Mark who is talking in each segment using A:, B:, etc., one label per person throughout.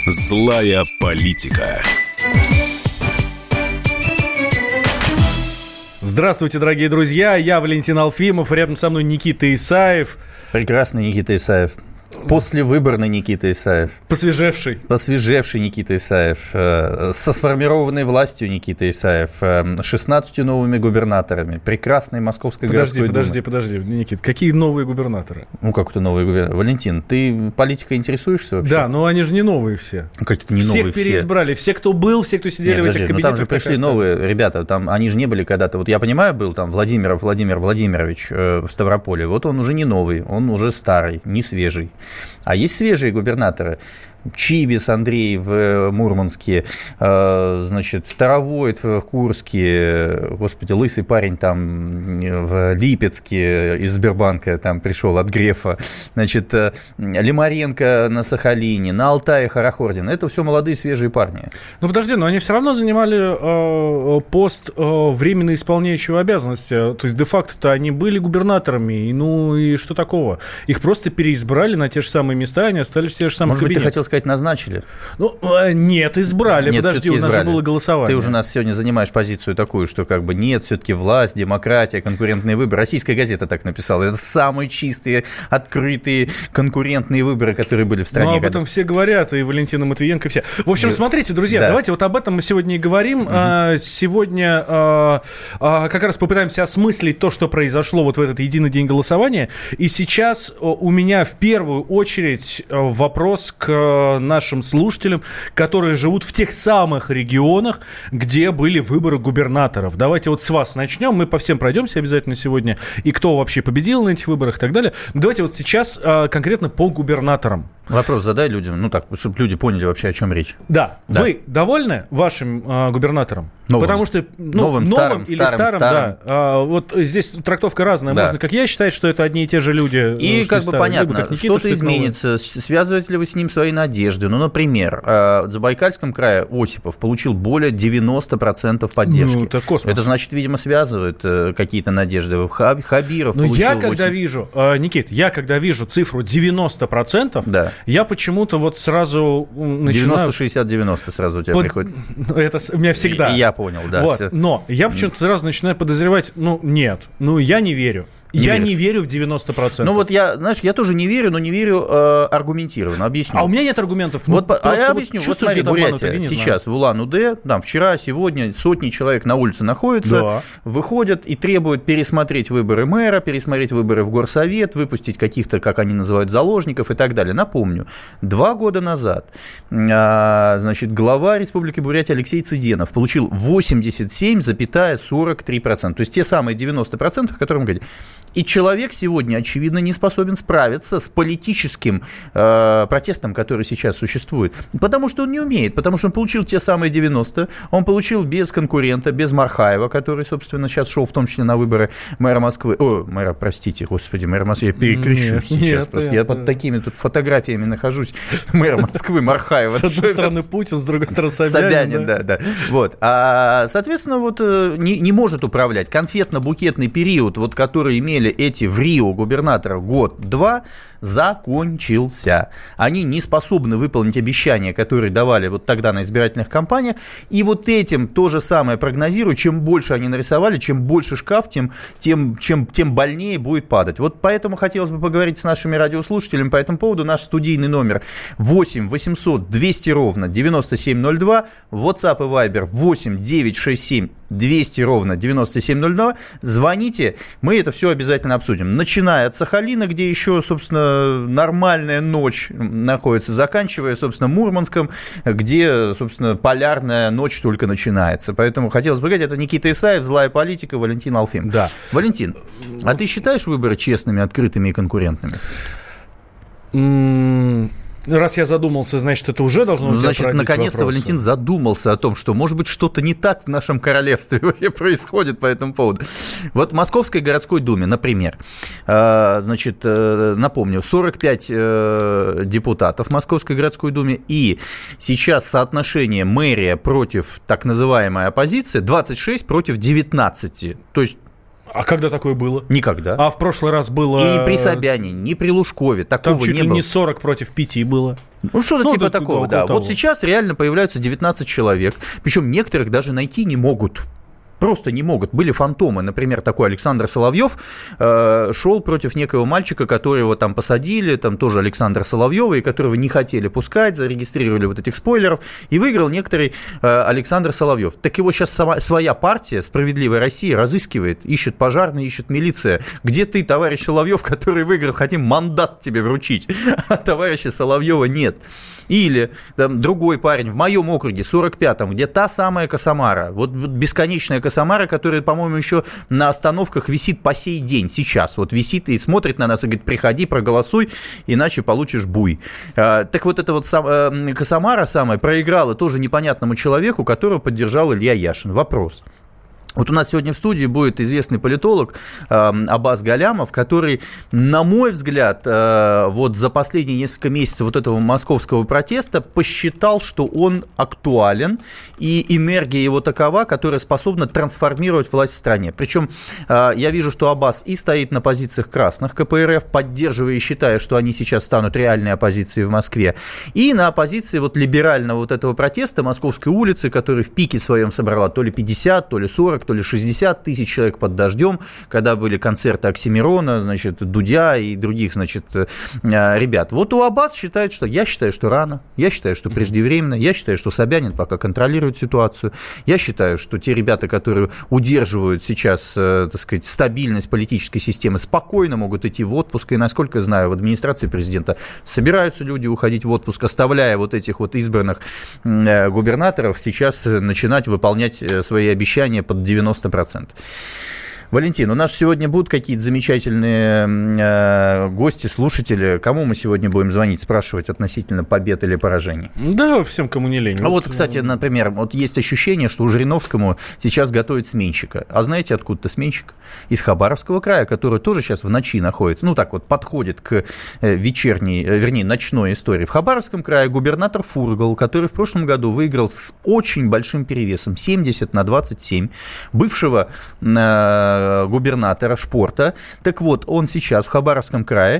A: Злая политика.
B: Здравствуйте, дорогие друзья. Я Валентин Алфимов. Рядом со мной Никита Исаев.
C: Прекрасный Никита Исаев. Послевыборный Никита Исаев.
B: Посвежевший
C: Никита Исаев. Со сформированной властью Никита Исаев. 16 новыми губернаторами. Прекрасной Московской городской думы.
B: Подожди, Никит. Какие новые губернаторы?
C: Ну, как это новые губернаторы? Валентин, ты политикой интересуешься вообще?
B: Да, но они же не новые все.
C: Как-то не новые все.
B: Всех переизбрали. Все, кто был, все, кто сидели в этих кабинетах.
C: Там же пришли новые ребята. Там, они же не были когда-то. Вот я понимаю, был там Владимир Владимирович в Ставрополе. Вот он уже не новый, он уже старый, не свежий. А есть свежие губернаторы. Чибис Андрей в Мурманске, значит, Старовойт в Курске, господи, лысый парень там в Липецке из Сбербанка там пришел от Грефа, значит, Лимаренко на Сахалине, на Алтае Хорохордин. Это все молодые свежие парни.
B: Ну, подожди, но они все равно занимали пост временно исполняющего обязанности. То есть, де-факто-то они были губернаторами. Ну, и что такого? Их просто переизбрали на те же самые места, они остались в тех же самых кабинетах.
C: Может быть, ты хотел сказать, назначили?
B: Ну, нет, избрали.
C: Нет,
B: подожди, у нас же было голосование.
C: Ты уже у нас сегодня занимаешь позицию такую, что как бы нет, все-таки власть, демократия, конкурентные выборы. Российская газета так написала. Это самые чистые, открытые, конкурентные выборы, которые были в стране.
B: Ну, об этом все говорят, и Валентина Матвиенко, и все. В общем, смотрите, друзья,
C: да.
B: Давайте вот об этом мы сегодня и говорим. Сегодня как раз попытаемся осмыслить то, что произошло вот в этот единый день голосования. И сейчас у меня в первую очередь вопрос к нашим слушателям, которые живут в тех самых регионах, где были выборы губернаторов. Давайте вот с вас начнем. Мы по всем пройдемся обязательно сегодня. И кто вообще победил на этих выборах и так далее. Давайте вот сейчас конкретно по губернаторам.
C: Вопрос задай людям, ну так, чтобы люди поняли вообще, о чем речь.
B: Да. Вы довольны вашим губернатором?
C: Новым.
B: Потому что
C: новым, старым,
B: или старым. Да. Вот здесь трактовка разная. Да. Можно, как я считаю, что это одни и те же люди.
C: И как бы старые, понятно, как Никита, что-то изменится. Новое. Связываете ли вы с ним свои надежды? Ну, например, в Забайкальском крае Осипов получил более 90% поддержки.
B: Ну, это космос.
C: Это значит, видимо, связывают какие-то надежды. Хабиров получил 8%.
B: Я когда вижу, Никит, цифру 90%, да. Я почему-то вот сразу начинаю...
C: 90-60-90 сразу у тебя приходит.
B: Это у меня всегда.
C: Я понял, да.
B: Вот. Но я почему-то сразу начинаю подозревать, я не верю. Я не верю в 90%.
C: Ну вот я тоже не верю, но не верю аргументированно. Объясню.
B: А у меня нет аргументов.
C: Я объясню. Вот смотри, Бурятия сейчас в Улан-Удэ, там вчера, сегодня сотни человек на улице находятся, выходят и требуют пересмотреть выборы мэра, пересмотреть выборы в горсовет, выпустить каких-то, как они называют, заложников и так далее. Напомню, 2 года назад, значит, глава Республики Бурятия Алексей Цыденов получил 87,43%. То есть те самые 90%, о которых мы говорили. И человек сегодня, очевидно, не способен справиться с политическим протестом, который сейчас существует. Потому что он не умеет, потому что он получил те самые 90, он получил без конкурента, без Мархаева, который, собственно, сейчас шел в том числе на выборы мэра Москвы. Мэра Москвы, я перекрещусь сейчас. Я под такими тут фотографиями нахожусь. Мэра Москвы, Мархаева.
B: С одной стороны Путин, с другой стороны
C: Собянин. Да. Вот. Соответственно, вот не может управлять конфетно-букетный период, вот, который имели эти в Рио губернатора год-два, закончился. Они не способны выполнить обещания, которые давали вот тогда на избирательных кампаниях. И вот этим то же самое прогнозирую. Чем больше они нарисовали, чем больше шкаф, тем больнее будет падать. Вот поэтому хотелось бы поговорить с нашими радиослушателями по этому поводу. Наш студийный номер 8 800 200 ровно 9702. WhatsApp и Viber 8 967 200 ровно 9702. Звоните, мы это все обязательно обсудим. Начиная от Сахалина, где еще, собственно, нормальная ночь находится, заканчивая, собственно, Мурманском, где, собственно, полярная ночь только начинается. Поэтому хотелось бы сказать, это Никита Исаев, «Злая политика», Валентин Алфим.
B: Да.
C: Валентин, а ты считаешь выборы честными, открытыми и конкурентными?
B: Раз я задумался, значит, это уже должно быть.
C: Значит, наконец-то вопросы. Валентин задумался о том, что, может быть, что-то не так в нашем королевстве вообще происходит по этому поводу. Вот в Московской городской думе, например, значит, напомню, 45 депутатов в Московской городской думе, и сейчас соотношение мэрия против так называемой оппозиции 26 против 19. То есть
B: А когда такое было?
C: Никогда.
B: А в прошлый раз было...
C: И ни при Собянине, ни при Лужкове такого не было.
B: Там чуть ли не 40 против 5 было.
C: Ну, что-то типа такого, да.
B: Того.
C: Вот сейчас реально появляются 19 человек. Причем некоторых даже найти не могут. Просто не могут. Были фантомы. Например, такой Александр Соловьев шел против некого мальчика, которого там посадили, там тоже Александр Соловьева, и которого не хотели пускать, зарегистрировали вот этих спойлеров, и выиграл некоторый Александр Соловьев. Так его сейчас своя партия, «Справедливая Россия», разыскивает, ищет пожарные, ищет милиция. Где ты, товарищ Соловьев, который выиграл, хотим мандат тебе вручить, а товарища Соловьева нет. Или там, другой парень в моем округе, 45-м, где та самая Косомара, вот бесконечная Косомара, которая, по-моему, еще на остановках висит по сей день, сейчас вот висит и смотрит на нас и говорит: приходи, проголосуй, иначе получишь буй. Так вот эта вот Косомара самая проиграла тоже непонятному человеку, которого поддержал Илья Яшин. Вопрос. Вот у нас сегодня в студии будет известный политолог Аббас Галямов, который, на мой взгляд, вот за последние несколько месяцев вот этого московского протеста посчитал, что он актуален, и энергия его такова, которая способна трансформировать власть в стране. Причем я вижу, что Аббас и стоит на позициях красных КПРФ, поддерживая и считая, что они сейчас станут реальной оппозицией в Москве, и на оппозиции вот либерального вот этого протеста Московской улицы, который в пике своем собрала то ли 50, то ли 40, то ли 60 тысяч человек под дождем, когда были концерты Оксимирона, значит, Дудя и других, значит, ребят. Вот у Аббас считает, что... Я считаю, что рано, я считаю, что преждевременно, я считаю, что Собянин пока контролирует ситуацию, я считаю, что те ребята, которые удерживают сейчас, так сказать, стабильность политической системы, спокойно могут идти в отпуск, и, насколько знаю, в администрации президента собираются люди уходить в отпуск, оставляя вот этих вот избранных губернаторов сейчас начинать выполнять свои обещания под 90%. Валентин, у нас сегодня будут какие-то замечательные гости, слушатели. Кому мы сегодня будем звонить, спрашивать относительно побед или поражений?
B: Да, всем, кому не лень.
C: А вот, кстати, например, вот есть ощущение, что у Жириновскому сейчас готовят сменщика. А знаете, откуда-то сменщик? Из Хабаровского края, который тоже сейчас в ночи находится. Ну, так вот, подходит к вечерней, вернее, ночной истории. В Хабаровском крае губернатор Фургал, который в прошлом году выиграл с очень большим перевесом, 70-27, бывшего губернатора Шпорта. Так вот, он сейчас в Хабаровском крае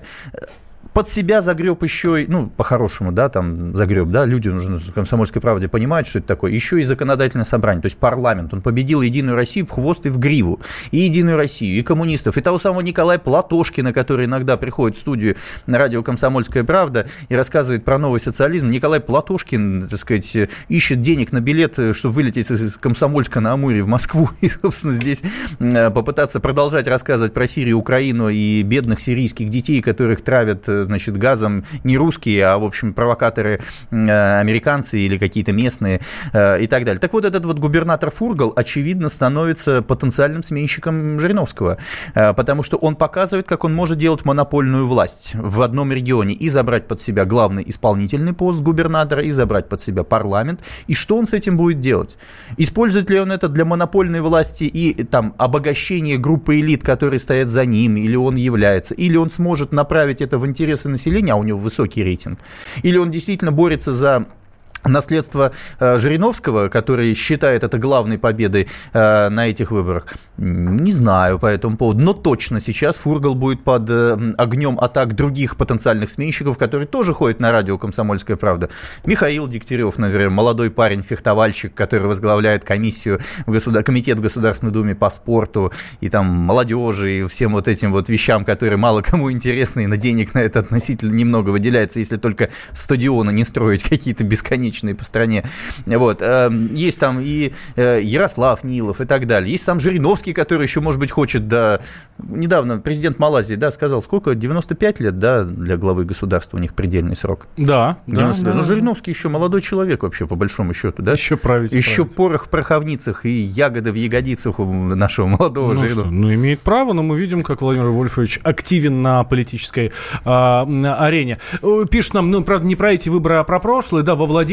C: под себя загреб еще, ну, по-хорошему, да, там загреб, да, люди нужно в «Комсомольской правде» понимают, что это такое, еще и законодательное собрание, то есть парламент. Он победил «Единую Россию» в хвост и в гриву. И «Единую Россию», и коммунистов, и того самого Николая Платошкина, который иногда приходит в студию на радио «Комсомольская правда» и рассказывает про новый социализм. Николай Платошкин, так сказать, ищет денег на билет, чтобы вылететь из Комсомольска на Амуре в Москву и, собственно, здесь попытаться продолжать рассказывать про Сирию, Украину и бедных сирийских детей, которых травят, значит, газом не русские, а, в общем, провокаторы американцы или какие-то местные и так далее. Так вот, этот вот губернатор Фургал, очевидно, становится потенциальным сменщиком Жириновского, потому что он показывает, как он может делать монопольную власть в одном регионе и забрать под себя главный исполнительный пост губернатора, и забрать под себя парламент. И что он с этим будет делать? Использует ли он это для монопольной власти и там обогащения группы элит, которые стоят за ним, или он является, или он сможет направить это в интересы населения, а у него высокий рейтинг, или он действительно борется за наследство Жириновского, который считает это главной победой на этих выборах, не знаю по этому поводу. Но точно сейчас Фургал будет под огнем атак других потенциальных сменщиков, которые тоже ходят на радио «Комсомольская правда». Михаил Дегтярев, например, молодой парень, фехтовальщик, который возглавляет комиссию комитет в Государственной Думе по спорту и там молодежи и всем вот этим вот вещам, которые мало кому интересны, и на денег на это относительно немного выделяется, если только стадионы не строить какие-то бесконечные по стране. Вот. Есть там и Ярослав Нилов и так далее. Есть сам Жириновский, который еще, может быть, хочет, да, недавно президент Малайзии, да, сказал, сколько, 95 лет, да, для главы государства у них предельный срок. Да. Да. Ну, Жириновский еще молодой человек вообще, по большому счету, да?
B: Еще правится.
C: Еще порох в пороховницах и ягоды в ягодицах у нашего молодого Жириновского.
B: Ну, имеет право, но мы видим, как Владимир Вольфович активен на политической арене. Пишут нам, ну, правда, не про эти выборы, а про прошлые, да, во Владении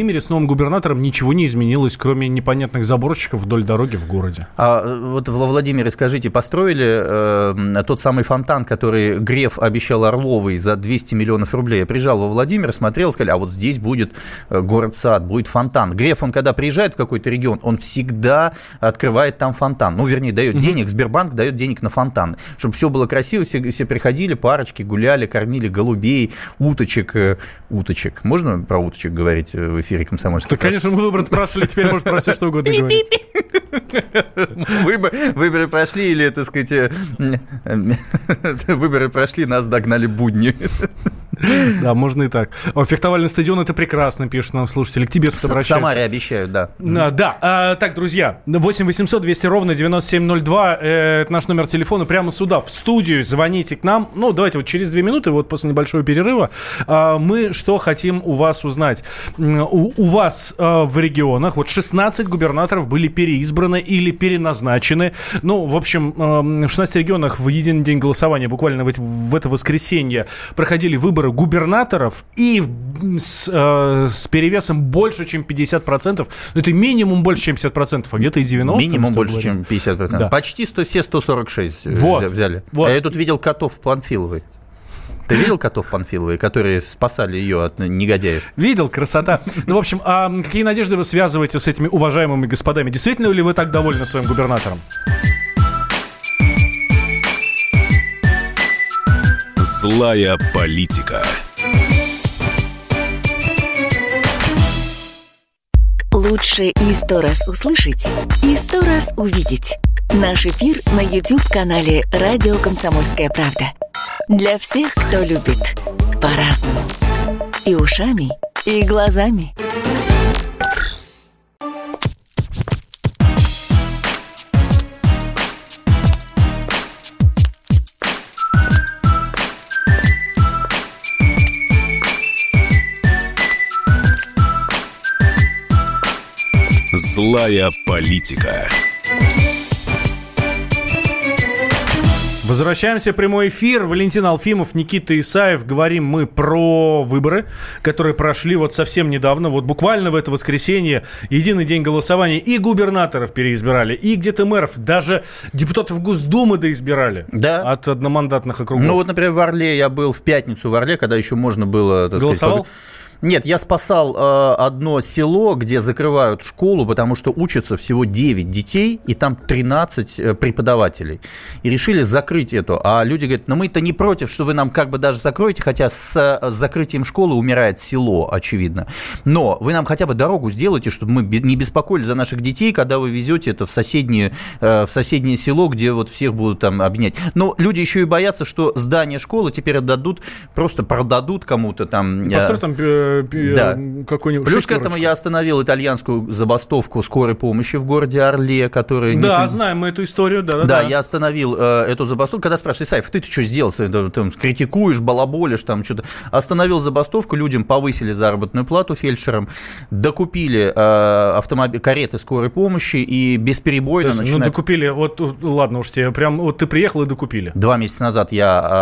B: Владимире с новым губернатором ничего не изменилось, кроме непонятных заборчиков вдоль дороги в городе.
C: А вот во Владимире, скажите, построили тот самый фонтан, который Греф обещал Орловой за 200 миллионов рублей? Я приезжал во Владимир, смотрел, сказали, а вот здесь будет город-сад, будет фонтан. Греф, он когда приезжает в какой-то регион, он всегда открывает там фонтан. Ну, вернее, дает денег, Сбербанк дает денег на фонтан. Чтобы все было красиво, все приходили, парочки, гуляли, кормили голубей, уточек. Уточек. Можно про уточек говорить в эфире «Комсомольской правды»?
B: Да, конечно, мы выборы спрашивали, теперь можно про все что угодно говорить.
C: Выборы прошли, или, так сказать, выборы прошли, нас догнали будни.
B: Да, можно и так. Фехтовальный стадион — это прекрасно, пишут нам слушатели. К тебе тут обращаются.
C: В Самаре обещают, да.
B: Да. Так, друзья, 8 800 200 ровно 9702. Это наш номер телефона. Прямо сюда, в студию, звоните к нам. Ну, давайте вот через 2 минуты, вот после небольшого перерыва, мы что хотим у вас узнать. У вас в регионах вот 16 губернаторов были переизбраны или переназначены. Ну, в общем, в 16 регионах в единый день голосования буквально в это воскресенье проходили выборы губернаторов, и с перевесом больше, чем 50%. Это минимум больше, чем 50%, а где-то и 90%.
C: Минимум больше, чем 50%. Да. Почти все 146 взяли. Вот. А я тут видел котов Панфиловой. Ты видел котов Панфиловой, которые спасали ее от негодяев?
B: Видел, красота. Ну, в общем, а какие надежды вы связываете с этими уважаемыми господами? Действительно ли вы так довольны своим губернатором?
A: Злая политика.
D: Лучше и 100 раз услышать, и 100 раз увидеть. Наш эфир на YouTube-канале «Радио Комсомольская правда». Для всех, кто любит по-разному. И ушами, и глазами.
A: Злая политика.
B: Возвращаемся в прямой эфир. Валентин Алфимов, Никита Исаев. Говорим мы про выборы, которые прошли вот совсем недавно. Вот буквально в это воскресенье единый день голосования. И губернаторов переизбирали, и где-то мэров. Даже депутатов Госдумы доизбирали.
C: Да.
B: От одномандатных округов.
C: Ну вот, например, в Орле я был в пятницу в Орле, когда еще можно было...
B: Голосовал?
C: Нет, я спасал одно село, где закрывают школу, потому что учатся всего 9 детей, и там 13 преподавателей. И решили закрыть эту. А люди говорят, ну мы-то не против, что вы нам как бы даже закроете, хотя с закрытием школы умирает село, очевидно. Но вы нам хотя бы дорогу сделайте, чтобы мы не беспокоились за наших детей, когда вы везете это в соседнее село, где вот всех будут там обвинять. Но люди еще и боятся, что здание школы теперь отдадут, просто продадут кому-то там.
B: Построй там
C: да.
B: какой-нибудь
C: Плюс к этому я остановил итальянскую забастовку скорой помощи в городе Орле, которая...
B: Да, знаем мы эту историю, да.
C: Да, я остановил эту забастовку. Когда спрашивают, Исаев, ты что сделал? Ты критикуешь, балаболишь, там что-то. Остановил забастовку, людям повысили заработную плату фельдшерам, докупили кареты скорой помощи и бесперебойно начинают...
B: Ну, докупили, вот ладно уж тебе, прям вот ты приехал и докупили.
C: 2 месяца назад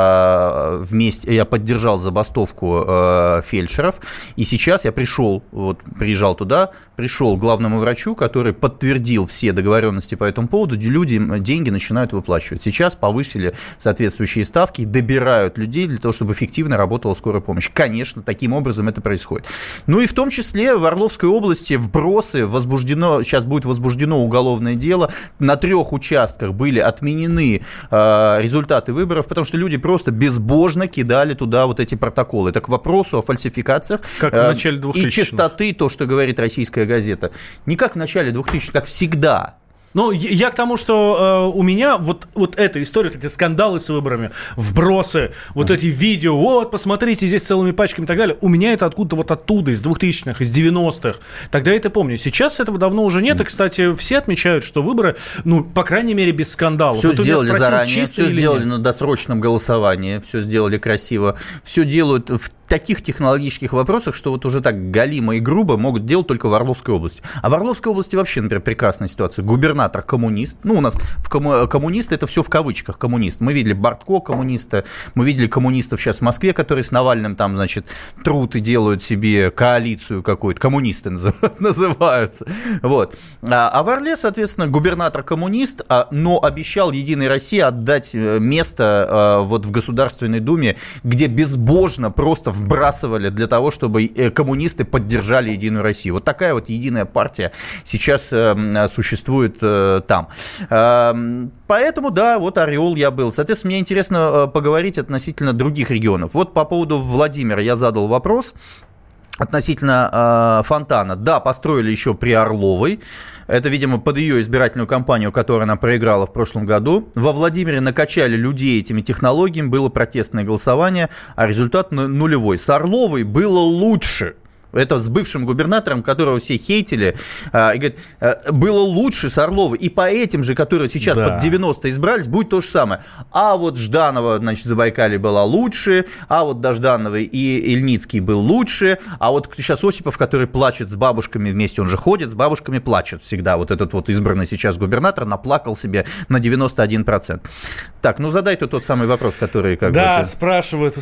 C: я поддержал забастовку фельдшеров. И сейчас я приезжал туда, пришел к главному врачу, который подтвердил все договоренности по этому поводу, людям деньги начинают выплачивать. Сейчас повысили соответствующие ставки и добирают людей для того, чтобы эффективно работала скорая помощь. Конечно, таким образом это происходит. Ну и в том числе в Орловской области в Бросы сейчас будет возбуждено уголовное дело. На 3 участках были отменены результаты выборов, потому что люди просто безбожно кидали туда вот эти протоколы. Это к вопросу о фальсификациях.
B: Как в начале 2000-х.
C: И чистоты, то, что говорит российская газета. Не как в начале 2000-х, как всегда.
B: Ну, я к тому, что у меня вот эта история, эти скандалы с выборами, вбросы, вот эти видео, вот, посмотрите, здесь целыми пачками и так далее, у меня это откуда-то вот оттуда, из 2000-х, из 90-х. Тогда я это помню. Сейчас этого давно уже нет, и, кстати, все отмечают, что выборы, ну, по крайней мере, без скандалов.
C: Все сделали заранее, все сделали на досрочном голосовании, все сделали красиво, все делают в таких технологических вопросах, что вот уже так галимо и грубо могут делать только в Орловской области. А в Орловской области вообще, например, прекрасная ситуация. Губернатор коммунист. Ну, у нас коммунисты, это все в кавычках коммунист. Мы видели Бортко коммуниста, мы видели коммунистов сейчас в Москве, которые с Навальным там, значит, трут и делают себе коалицию какую-то. Коммунисты называются. Вот. А в Орле, соответственно, губернатор коммунист, но обещал Единой России отдать место вот в Государственной Думе, где безбожно просто вбрасывали для того, чтобы коммунисты поддержали Единую Россию. Вот такая вот единая партия сейчас существует там. Поэтому, да, вот Орел я был. Соответственно, мне интересно поговорить относительно других регионов. Вот по поводу Владимира я задал вопрос. Относительно фонтана. Да, построили еще при Орловой. Это, видимо, под ее избирательную кампанию, которую она проиграла в прошлом году. Во Владимире накачали людей этими технологиями, было протестное голосование, а результат нулевой. С Орловой было лучше. Это с бывшим губернатором, которого все хейтили, и говорит, было лучше с Орловой. И по этим же, которые сейчас под 90 избрались, будет то же самое. А вот Жданова, значит, в Забайкале была лучше, а вот до Ждановой и Ильницкий был лучше, а вот сейчас Осипов, который плачет с бабушками вместе, он же ходит, с бабушками плачет всегда. Вот этот вот избранный сейчас губернатор наплакал себе на 91%. Так, ну задай тот самый вопрос, который...
B: Да, спрашивают.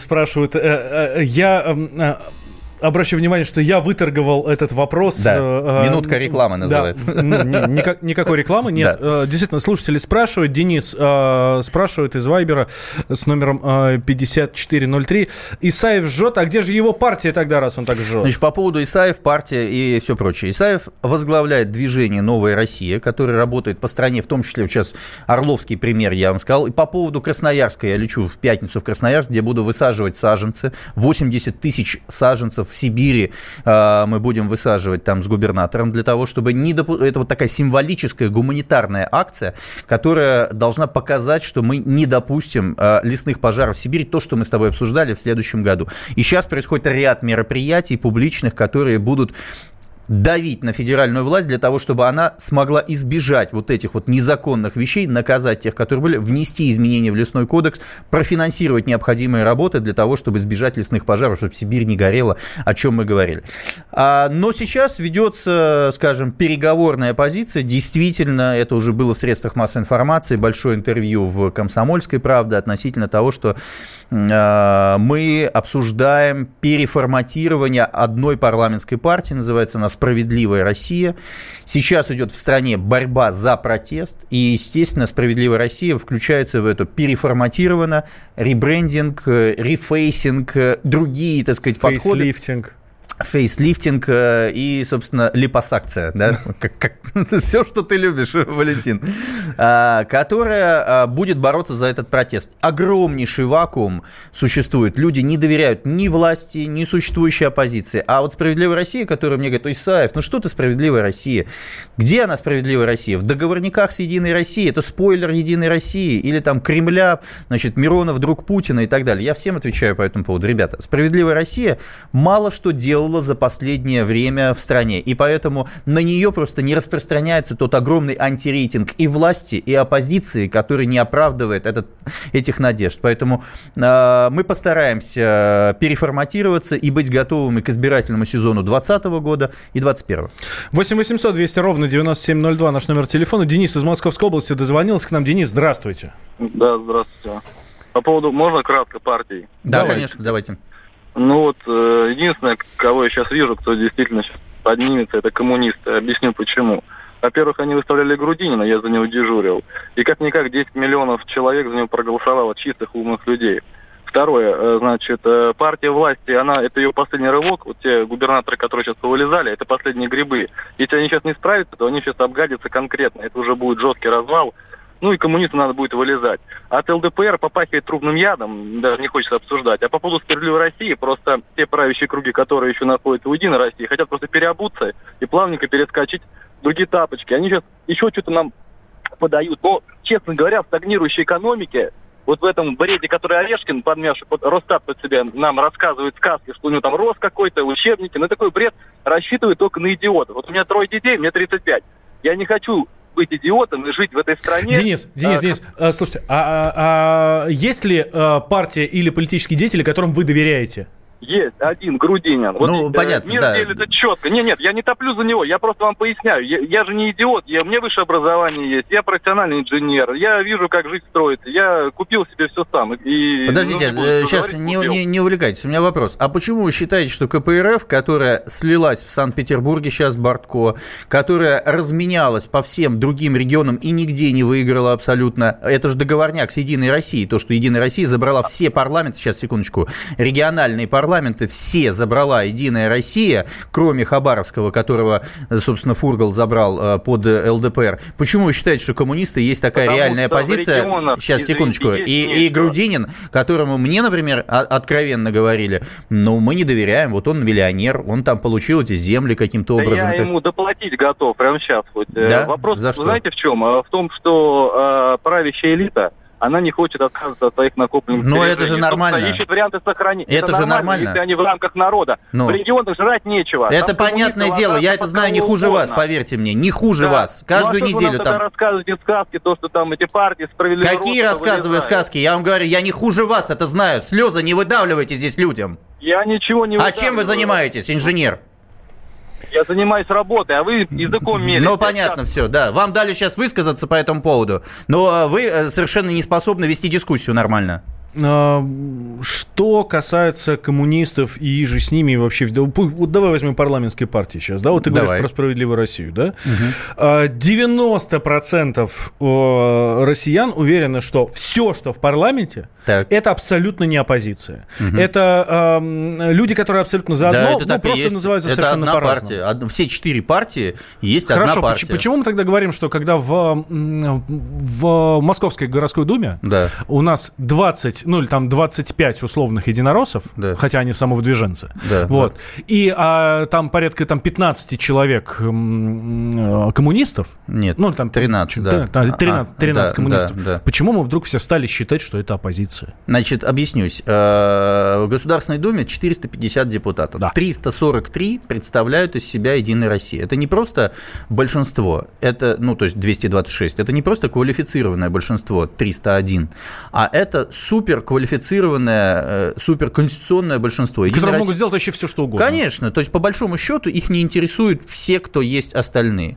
B: Я... Обращаю внимание, что я выторговал этот вопрос.
C: Да, минутка рекламы называется.
B: Да, никакой рекламы нет. Да. Действительно, слушатели спрашивают. Денис спрашивает из Вайбера с номером 5403. Исаев жжет, а где же его партия тогда, раз он так жжет?
C: Значит, по поводу Исаев, партия и все прочее. Исаев возглавляет движение «Новая Россия», которое работает по стране, в том числе вот сейчас Орловский пример, я вам сказал. И по поводу Красноярска я лечу в пятницу в Красноярск, где буду высаживать саженцы. 80 тысяч саженцев в Сибири мы будем высаживать там с губернатором для того, чтобы не это вот такая символическая гуманитарная акция, которая должна показать, что мы не допустим лесных пожаров в Сибири, то, что мы с тобой обсуждали в следующем году. И сейчас происходит ряд мероприятий публичных, которые будут давить на федеральную власть для того, чтобы она смогла избежать вот этих вот незаконных вещей, наказать тех, которые были, внести изменения в лесной кодекс, профинансировать необходимые работы для того, чтобы избежать лесных пожаров, чтобы Сибирь не горела, о чем мы говорили. Но сейчас ведется, скажем, переговорная позиция. Действительно, это уже было в средствах массовой информации, большое интервью в «Комсомольской правде» относительно того, что мы обсуждаем переформатирование одной парламентской партии, называется она «Справедливая Россия». Сейчас идет в стране борьба за протест, и, естественно, «Справедливая Россия» включается в это переформатировано, ребрендинг, рефейсинг, другие, так сказать, подходы. Фейслифтинг и, собственно, липосакция, да, все, что ты любишь, Валентин, которая будет бороться за этот протест. Огромнейший вакуум существует. Люди не доверяют ни власти, ни существующей оппозиции. А вот «Справедливая Россия», которая мне говорит: Исаев, ну что ты «Справедливая Россия»? Где она, «Справедливая Россия»? В договорниках с «Единой Россией»? Это спойлер «Единой России» или там Кремля, значит, Миронов, друг Путина и так далее. Я всем отвечаю по этому поводу. Ребята, «Справедливая Россия» мало что делала за последнее время в стране, и поэтому на нее просто не распространяется тот огромный антирейтинг и власти, и оппозиции, который не оправдывает этих надежд. Поэтому мы постараемся переформатироваться и быть готовыми к избирательному сезону 2020 года и 2021.
B: 8 800 200 ровно 9702 наш номер телефона. Денис из Московской области дозвонился к нам. Денис, здравствуйте.
E: Да, здравствуйте. По поводу, можно кратко, партий?
C: Да, конечно, давайте.
E: Ну вот, единственное, кого я сейчас вижу, кто действительно сейчас поднимется, это коммунисты. Объясню почему. Во-первых, они выставляли Грудинина, я за него дежурил. И как-никак 10 миллионов человек за него проголосовало, чистых умных людей. Второе, значит, партия власти, это ее последний рывок. Вот те губернаторы, которые сейчас повылезали, это последние грибы. Если они сейчас не справятся, то они сейчас обгадятся конкретно. Это уже будет жесткий развал. Ну и коммунистам надо будет вылезать. От ЛДПР попахивает трубным ядом, даже не хочется обсуждать. А по поводу «Справедливой России», просто те правящие круги, которые еще находятся у «Единой России», хотят просто переобуться и плавненько перескочить в другие тапочки. Они сейчас еще что-то нам подают. Но, честно говоря, в стагнирующей экономике, вот в этом бреде, который Орешкин, подмявший под Росстат под себя, нам рассказывает сказки, что у него там рост какой-то, учебники, но такой бред рассчитывает только на идиотов. Вот у меня 3 детей, мне 35. Я не хочу быть идиотом и жить в этой стране.
B: Денис, слушайте, есть ли партия или политические деятели, которым вы доверяете?
E: есть один Грудинин. Вот,
C: понятно,
E: мир
C: да.
E: делится четко. Нет, я не топлю за него, я просто вам поясняю. Я же не идиот, у меня высшее образование есть, я профессиональный инженер, я вижу, как жизнь строится, я купил себе все сам.
C: Подождите, сейчас не увлекайтесь, у меня вопрос. А почему вы считаете, что КПРФ, которая слилась в Санкт-Петербурге сейчас Бортко, которая разменялась по всем другим регионам и нигде не выиграла абсолютно, это же договорняк с Единой Россией, то, что Единая Россия забрала все парламенты, сейчас, секундочку, региональные парламенты, все забрала Единая Россия, кроме Хабаровского, которого, собственно, Фургал забрал под ЛДПР. Почему вы считаете, что коммунисты есть такая реальная оппозиция? Сейчас, секундочку. И Грудинин, которому мне, например, откровенно говорили, мы не доверяем, вот он миллионер, он там получил эти земли каким-то образом.
E: Я ему доплатить готов прямо сейчас. Хоть.
C: Да?
E: Вопрос,
C: за что?
E: Знаете, в чем? В том, что правящая элита, она не хочет отказываться от своих накопленных сбережений.
C: это же нормально.
E: Ищет варианты сохранения.
C: Это же нормально.
E: Если они в рамках народа. В регионах жрать нечего.
C: Это понятное дело. Я это знаю не хуже вас, поверьте мне. Не хуже вас. Каждую неделю там...
E: рассказывайте сказки, то, что там эти партии справедливые...
C: Какие рассказываю сказки? Я вам говорю, я не хуже вас это знаю. Слезы не выдавливайте здесь людям.
E: Я ничего не выдавливаю.
C: А чем вы занимаетесь, инженер?
E: Я занимаюсь работой, а вы языком меряете.
C: Понятно все, да. Вам дали сейчас высказаться по этому поводу, но вы совершенно не способны вести дискуссию нормально.
B: Что касается коммунистов и же с ними вообще... Вот давай возьмем парламентские партии сейчас, да? Вот ты говоришь про «Справедливую Россию», да? 90% россиян уверены, что все, что в парламенте, это абсолютно не оппозиция. Это люди, которые абсолютно заодно, просто называются совершенно по-разному.
C: Это одна партия. Все 4 партии есть одна партия.
B: Почему мы тогда говорим, что когда в Московской городской думе у нас 20 или там 25 условных единороссов, хотя они самовыдвиженцы, и там порядка 15 человек коммунистов.
C: Нет, там 13,
B: 13 коммунистов. Почему мы вдруг все стали считать, что это оппозиция?
C: Значит, объяснюсь. В Государственной Думе 450 депутатов. 343 представляют из себя Единая Россия. Это не просто большинство, это, то есть 226, это не просто квалифицированное большинство, 301, а это суперквалифицированное, суперконституционное большинство.
B: Которые могут сделать вообще все, что угодно.
C: Конечно. То есть, по большому счету, их не интересуют все, кто есть остальные.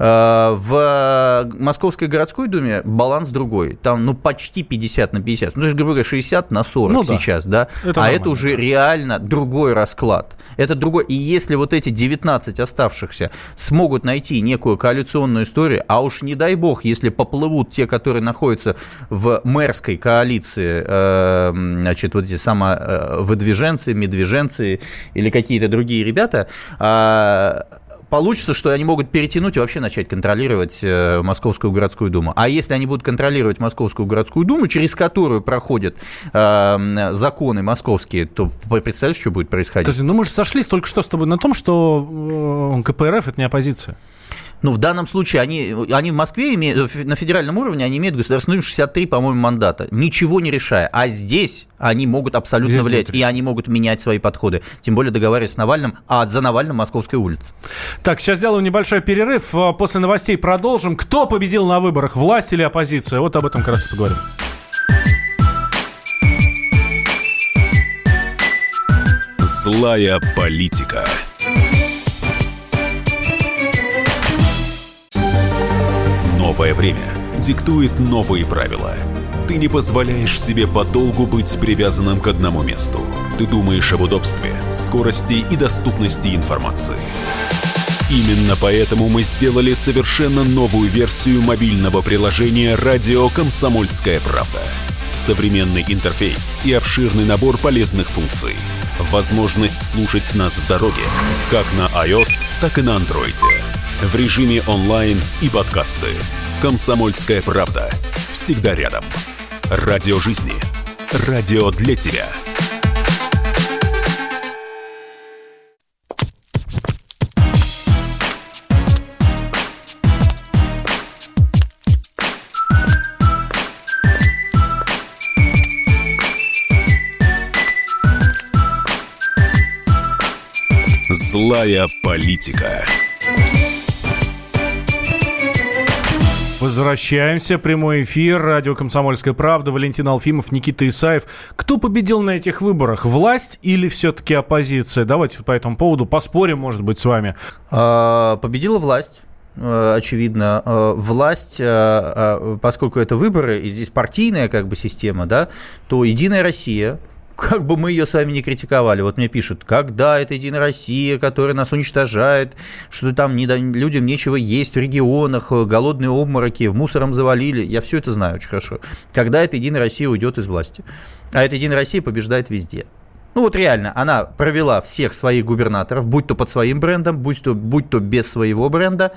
C: В Московской городской думе баланс другой. Там, почти 50 на 50. То есть, грубо говоря, 60 на 40 сейчас, да? Это уже реально другой расклад. Это другой. И если вот эти 19 оставшихся смогут найти некую коалиционную историю, а уж не дай бог, если поплывут те, которые находятся в мэрской коалиции, значит, вот эти самовыдвиженцы, медвеженцы или какие-то другие ребята, получится, что они могут перетянуть и вообще начать контролировать Московскую городскую думу. А если они будут контролировать Московскую городскую думу, через которую проходят законы московские, то представляешь, что будет происходить?
B: Подожди, мы же сошлись только что с тобой на том, что КПРФ – это не оппозиция.
C: В данном случае они в Москве имеют, на федеральном уровне они имеют государственную 63, по-моему, мандата, ничего не решая. А здесь они могут абсолютно влиять, и они могут менять свои подходы. Тем более договариваясь с Навальным, а за Навальным Московская улица.
B: Так, сейчас сделаем небольшой перерыв. После новостей продолжим. Кто победил на выборах, власть или оппозиция? Вот об этом как раз и поговорим.
A: Злая политика. Новое время диктует новые правила. Ты не позволяешь себе подолгу быть привязанным к одному месту. Ты думаешь об удобстве, скорости и доступности информации. Именно поэтому мы сделали совершенно новую версию мобильного приложения «Радио Комсомольская правда». Современный интерфейс и обширный набор полезных функций. Возможность слушать нас в дороге, как на iOS, так и на Android. В режиме онлайн и подкасты. «Комсомольская правда». Всегда рядом. Радио жизни. Радио для тебя. Злая политика.
B: Возвращаемся. Прямой эфир. Радио «Комсомольская правда». Валентин Алфимов, Никита Исаев. Кто победил на этих выборах? Власть или все-таки оппозиция? Давайте по этому поводу поспорим, может быть, с вами.
C: Победила власть. Очевидно, власть, поскольку это выборы, и здесь партийная как бы система, да, то «Единая Россия», как бы мы ее с вами не критиковали, вот мне пишут, когда это «Единая Россия», которая нас уничтожает, что там людям нечего есть в регионах, голодные обмороки, в мусором завалили, я все это знаю очень хорошо. Когда эта «Единая Россия» уйдет из власти, а эта «Единая Россия» побеждает везде. Ну вот реально, она провела всех своих губернаторов, будь то под своим брендом, будь то без своего бренда,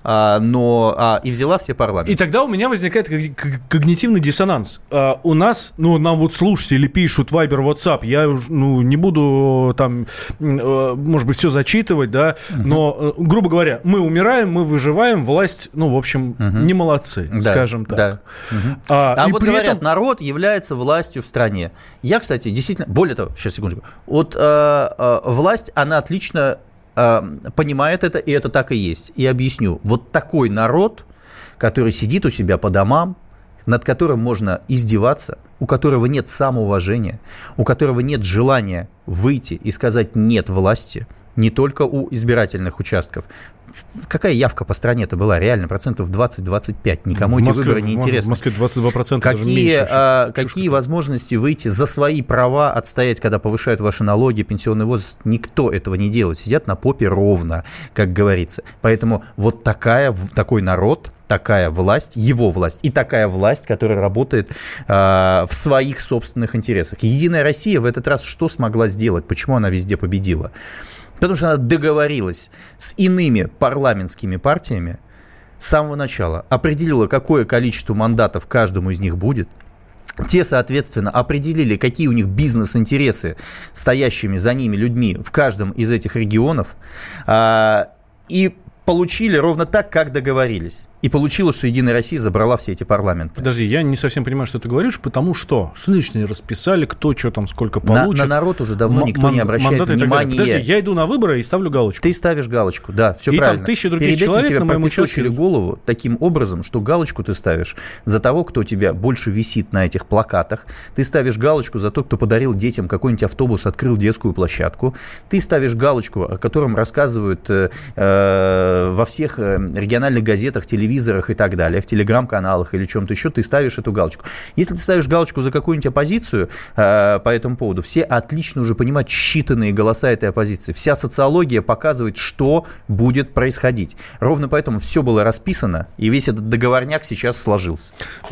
C: и взяла все парламенты.
B: И тогда у меня возникает когнитивный диссонанс. У нас, нам вот слушатели пишут Viber, WhatsApp, я не буду там, может быть, все зачитывать, да, но, грубо говоря, мы умираем, мы выживаем, власть, в общем, не молодцы, скажем так.
C: Да. Вот говорят, народ является властью в стране. Я, кстати, действительно, более того, сейчас, секундочку, вот власть, она отлично понимает это, и это так и есть. И объясню. Вот такой народ, который сидит у себя по домам, над которым можно издеваться, у которого нет самоуважения, у которого нет желания выйти и сказать «нет» власти, не только у избирательных участков. Какая явка по стране-то была? Реально, 20-25%. Никому эти выборы не интересны.
B: В Москве 22%, даже меньше.
C: Какие возможности выйти за свои права, отстоять, когда повышают ваши налоги, пенсионный возраст? Никто этого не делает. Сидят на попе ровно, как говорится. Поэтому вот такой народ, такая власть, его власть, и такая власть, которая работает в своих собственных интересах. Единая Россия в этот раз что смогла сделать? Почему она везде победила? Потому что она договорилась с иными парламентскими партиями с самого начала, определила, какое количество мандатов каждому из них будет. Те, соответственно, определили, какие у них бизнес-интересы стоящими за ними людьми в каждом из этих регионов, и получили ровно так, как договорились. И получилось, что «Единая Россия» забрала все эти парламенты.
B: Подожди, я не совсем понимаю, что ты говоришь, потому что значит, не расписали, кто что там, сколько получит.
C: На народ уже давно никто не обращает внимания.
B: Подожди, я иду на выборы и ставлю галочку.
C: Ты ставишь галочку, да, все
B: и
C: правильно.
B: И там тысячи других
C: человек
B: человек
C: тебе
B: на моем участке.
C: голову таким образом, что галочку ты ставишь за того, кто у тебя больше висит на этих плакатах. Ты ставишь галочку за то, кто подарил детям какой-нибудь автобус, открыл детскую площадку. Ты ставишь галочку, о котором рассказывают во всех региональных газетах, телевизорах и так далее, в телеграм-каналах или чем-то еще, ты ставишь эту галочку. Если ты ставишь галочку за какую-нибудь оппозицию по этому поводу, все отлично уже понимают считанные голоса этой оппозиции. Вся социология показывает, что будет происходить. Ровно поэтому все было расписано, и весь этот договорняк сейчас сложился.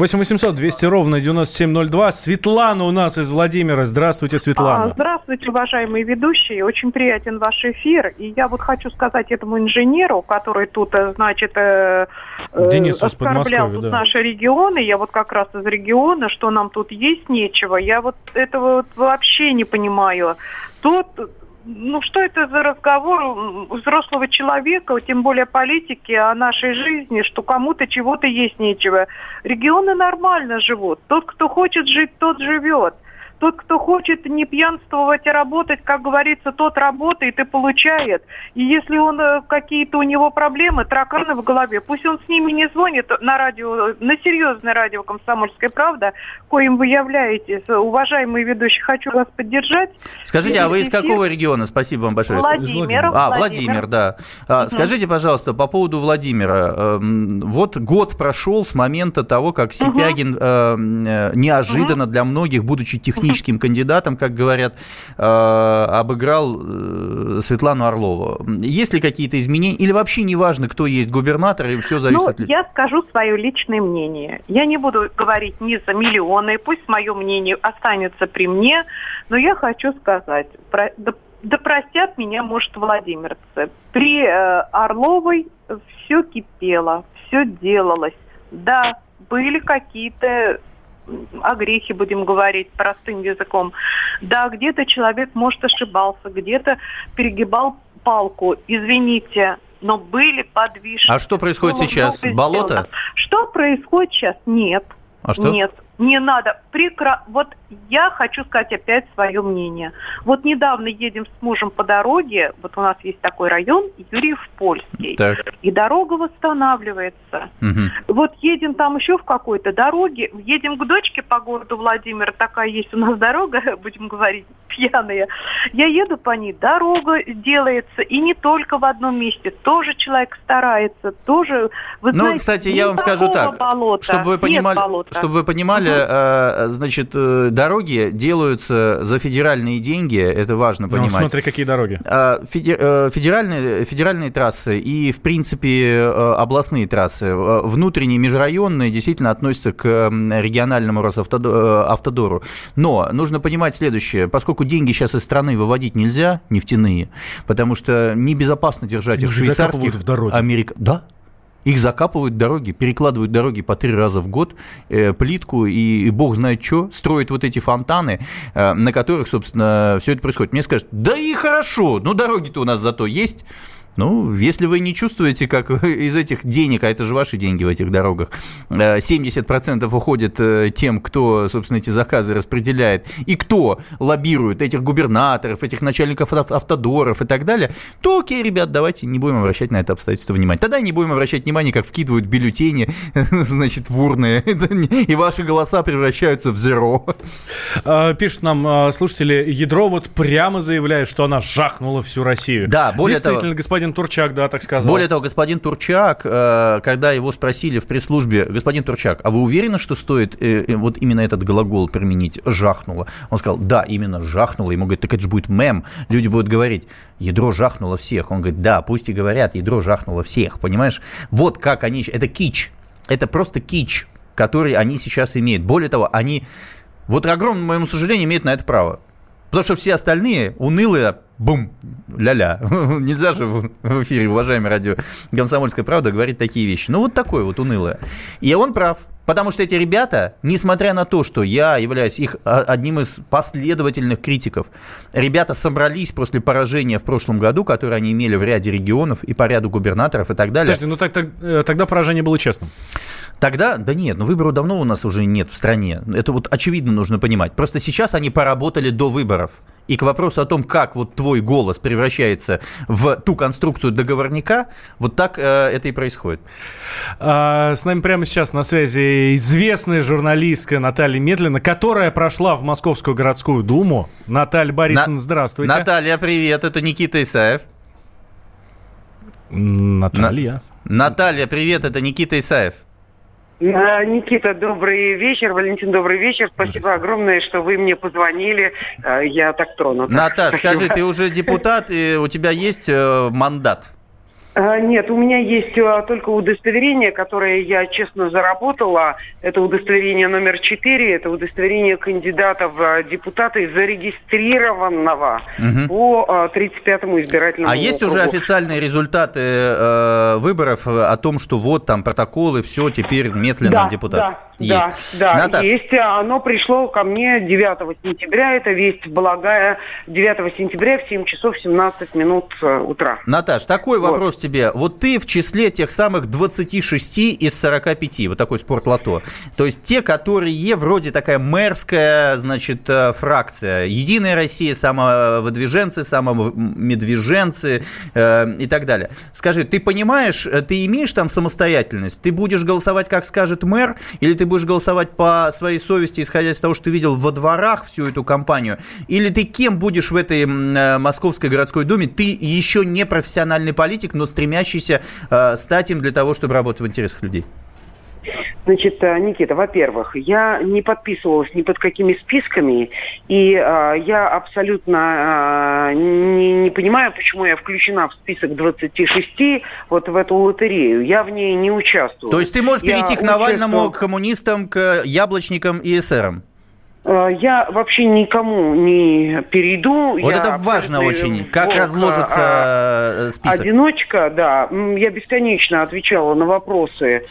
B: 8-800-200-97-02. Светлана у нас из Владимира. Здравствуйте, Светлана.
F: Здравствуйте, уважаемые ведущие. Очень приятен ваш эфир. И я вот хочу сказать этому инженеру, который тут, значит,
B: Денис
F: оскорблял тут наши регионы. Я вот как раз из региона, что нам тут есть нечего. Я вот этого вот вообще не понимаю. Тут, что это за разговор взрослого человека, тем более политики, о нашей жизни, что кому-то чего-то есть нечего. Регионы нормально живут. Тот, кто хочет жить, тот живет. Тот, кто хочет не пьянствовать, а работать, как говорится, тот работает и получает. И если он какие-то у него проблемы, тараканы в голове, пусть он с ними не звонит на радио, на серьезное радио «Комсомольская правда», коим вы являетесь. Уважаемые ведущие, хочу вас поддержать.
C: Скажите, а вы из какого региона? Спасибо вам большое.
F: Владимир.
C: Владимир, да. Скажите, пожалуйста, по поводу Владимира. Вот год прошел с момента того, как Сипягин неожиданно для многих, будучи техническим кандидатом, как говорят, обыграл Светлану Орлову. Есть ли какие-то изменения? Или вообще не важно, кто есть губернатор, и все зависит от людей?
F: Я скажу свое личное мнение. Я не буду говорить ни за миллионы, пусть мое мнение останется при мне, но я хочу сказать, да простят меня, может, владимирцы. При Орловой все кипело, все делалось. Да, были какие-то огрехи, будем говорить простым языком. Да, где-то человек, может, ошибался, где-то перегибал палку. Извините, но были подвижки.
C: А что происходит сейчас? Болото?
F: Что происходит сейчас? Нет.
C: А что?
F: Нет. Не надо. Вот я хочу сказать опять свое мнение. Вот недавно едем с мужем по дороге, вот у нас есть такой район, Юрьев-Польский, и дорога восстанавливается. Вот едем там еще в какой-то дороге, едем к дочке по городу Владимир, такая есть у нас дорога, будем говорить, пьяная. Я еду по ней, дорога делается, и не только в одном месте, тоже человек старается, тоже... Вы знаете,
C: кстати, я вам скажу так, чтобы вы понимали, значит, дороги делаются за федеральные деньги, это важно понимать.
B: Смотри, какие дороги.
C: Федеральные трассы и, в принципе, областные трассы. Внутренние, межрайонные действительно относятся к региональному Росавтодору. Но нужно понимать следующее. Поскольку деньги сейчас из страны выводить нельзя, нефтяные, потому что небезопасно держать их в швейцарских...
B: в дороге.
C: Да. Их закапывают дороги, перекладывают дороги по 3 раза в год, плитку и бог знает что, строят вот эти фонтаны, на которых, собственно, все это происходит. Мне скажут, да и хорошо, дороги-то у нас зато есть. Если вы не чувствуете, как из этих денег, а это же ваши деньги в этих дорогах, 70% уходит тем, кто, собственно, эти заказы распределяет, и кто лоббирует этих губернаторов, этих начальников автодоров и так далее, то окей, ребят, давайте не будем обращать на это обстоятельство внимания. Тогда не будем обращать внимания, как вкидывают бюллетени, значит, в урны, и ваши голоса превращаются в зеро.
B: Пишут нам слушатели, Ядро вот прямо заявляет, что она жахнула всю Россию.
C: Да, более того...
B: Действительно, господин Турчак, да, так сказал.
C: Более того, господин Турчак, когда его спросили в пресс-службе, господин Турчак, а вы уверены, что стоит вот именно этот глагол применить «жахнуло»? Он сказал, да, именно «жахнуло». Ему говорят, так это же будет мем. Люди будут говорить, ядро жахнуло всех. Он говорит, да, пусть и говорят, ядро жахнуло всех, понимаешь? Вот как они... Это кич. Это просто кич, который они сейчас имеют. Более того, они, вот к огромному моему сожалению, имеют на это право. Потому что все остальные унылые, бум, ля-ля. Нельзя же в эфире, уважаемый радио «Комсомольская правда», говорить такие вещи. Вот такое вот унылое. И он прав. Потому что эти ребята, несмотря на то, что я являюсь их одним из последовательных критиков, ребята собрались после поражения в прошлом году, которое они имели в ряде регионов и по ряду губернаторов и так далее.
B: Подожди, тогда поражение было честным.
C: Тогда, да нет, выборов давно у нас уже нет в стране. Это вот очевидно нужно понимать. Просто сейчас они поработали до выборов. И к вопросу о том, как вот твой голос превращается в ту конструкцию договорника, вот так это и происходит.
B: С нами прямо сейчас на связи известная журналистка Наталья Метлина, которая прошла в Московскую городскую думу. Наталья Борисовна, здравствуйте.
C: Наталья, привет, это Никита Исаев.
B: Наталья,
C: привет, это Никита Исаев.
G: Никита, добрый вечер. Валентин, добрый вечер. Спасибо огромное, что вы мне позвонили. Я так тронута.
C: Наташ, скажи, ты уже депутат, и у тебя есть мандат?
G: Нет, у меня есть только удостоверение, которое я честно заработала. Это удостоверение номер 4, это удостоверение кандидата в депутаты, зарегистрированного по 35-му избирательному округу.
C: Есть уже официальные результаты выборов о том, что вот там протоколы, все, теперь Метлина депутат? Есть.
G: Да, Наташ. Есть. Оно пришло ко мне 9 сентября. Это весть благая. 9 сентября в 7 часов 17 минут утра.
C: Наташ, такой вопрос тебе. Вот ты в числе тех самых 26 из 45, вот такой спортлото. То есть те, которые вроде такая мэрская, значит, фракция. Единая Россия, самовыдвиженцы, самомедвиженцы и так далее. Скажи, ты понимаешь, ты имеешь там самостоятельность? Ты будешь голосовать, как скажет мэр, или ты будешь голосовать по своей совести, исходя из того, что ты видел во дворах всю эту кампанию? Или ты кем будешь в этой Московской городской думе? Ты еще не профессиональный политик, но стремящийся стать им для того, чтобы работать в интересах людей.
G: Значит, Никита, во-первых, я не подписывалась ни под какими списками, и я абсолютно не понимаю, почему я включена в список 26 вот в эту лотерею. Я в ней не участвую.
C: То есть ты можешь перейти к Навальному, к коммунистам, к яблочникам и эсерам?
G: Я вообще никому не перейду.
C: Вот это важно очень, как разложится список.
G: Одиночка, да. Я бесконечно отвечала на вопросы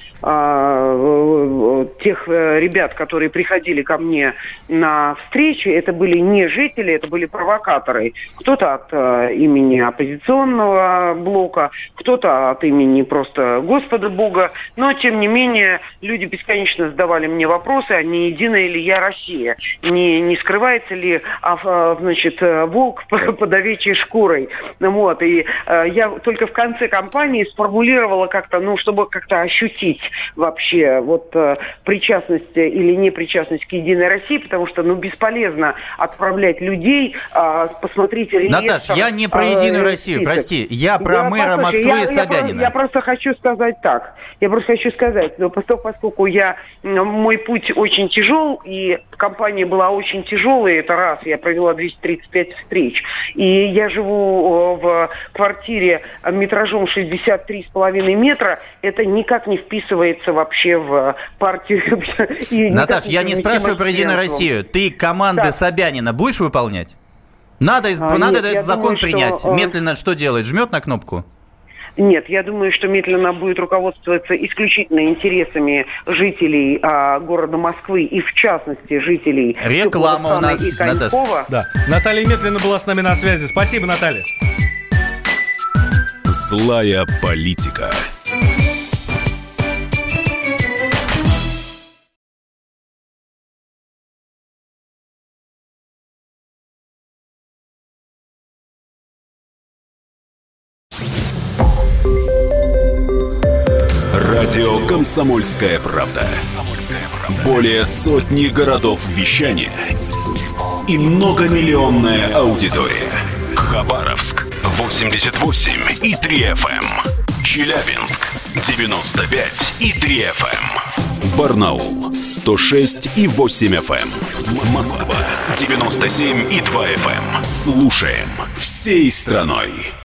G: тех ребят, которые приходили ко мне на встречи. Это были не жители, это были провокаторы. Кто-то от имени оппозиционного блока, кто-то от имени просто Господа Бога. Но, тем не менее, люди бесконечно задавали мне вопросы, а не единая ли я Россия. Не скрывается ли, значит, волк под овечьей шкурой. Вот. И я только в конце кампании сформулировала как-то, чтобы как-то ощутить вообще вот причастность или непричастность к Единой России, потому что, бесполезно отправлять людей, посмотрите реестр.
C: Наташ, я не про Единую Россию, прости, я про мэра Москвы Собянина.
G: Я просто хочу сказать так. Поскольку мой путь очень тяжел, и компания была очень тяжелая, это раз, я провела 235 встреч, и я живу в квартире метражом 63,5 метра, это никак не вписывается вообще в партию.
C: Наташ, я не спрашиваю про Единую Россию, ты команды Собянина будешь выполнять? Надо этот закон принять. Медленно что делает? Жмет на кнопку?
G: Нет, я думаю, что медленно будет руководствоваться исключительно интересами жителей города Москвы и, в частности, жителей
C: реклама у нас
G: и Конькова.
B: Да. Наталья Метлина была с нами на связи. Спасибо, Наталья.
A: Злая политика. Радио «Комсомольская правда». Более сотни городов вещания и многомиллионная аудитория. Хабаровск 88,3 FM. Челябинск 95,3 FM. Барнаул 106,8 FM. Москва 97,2 FM. Слушаем всей страной.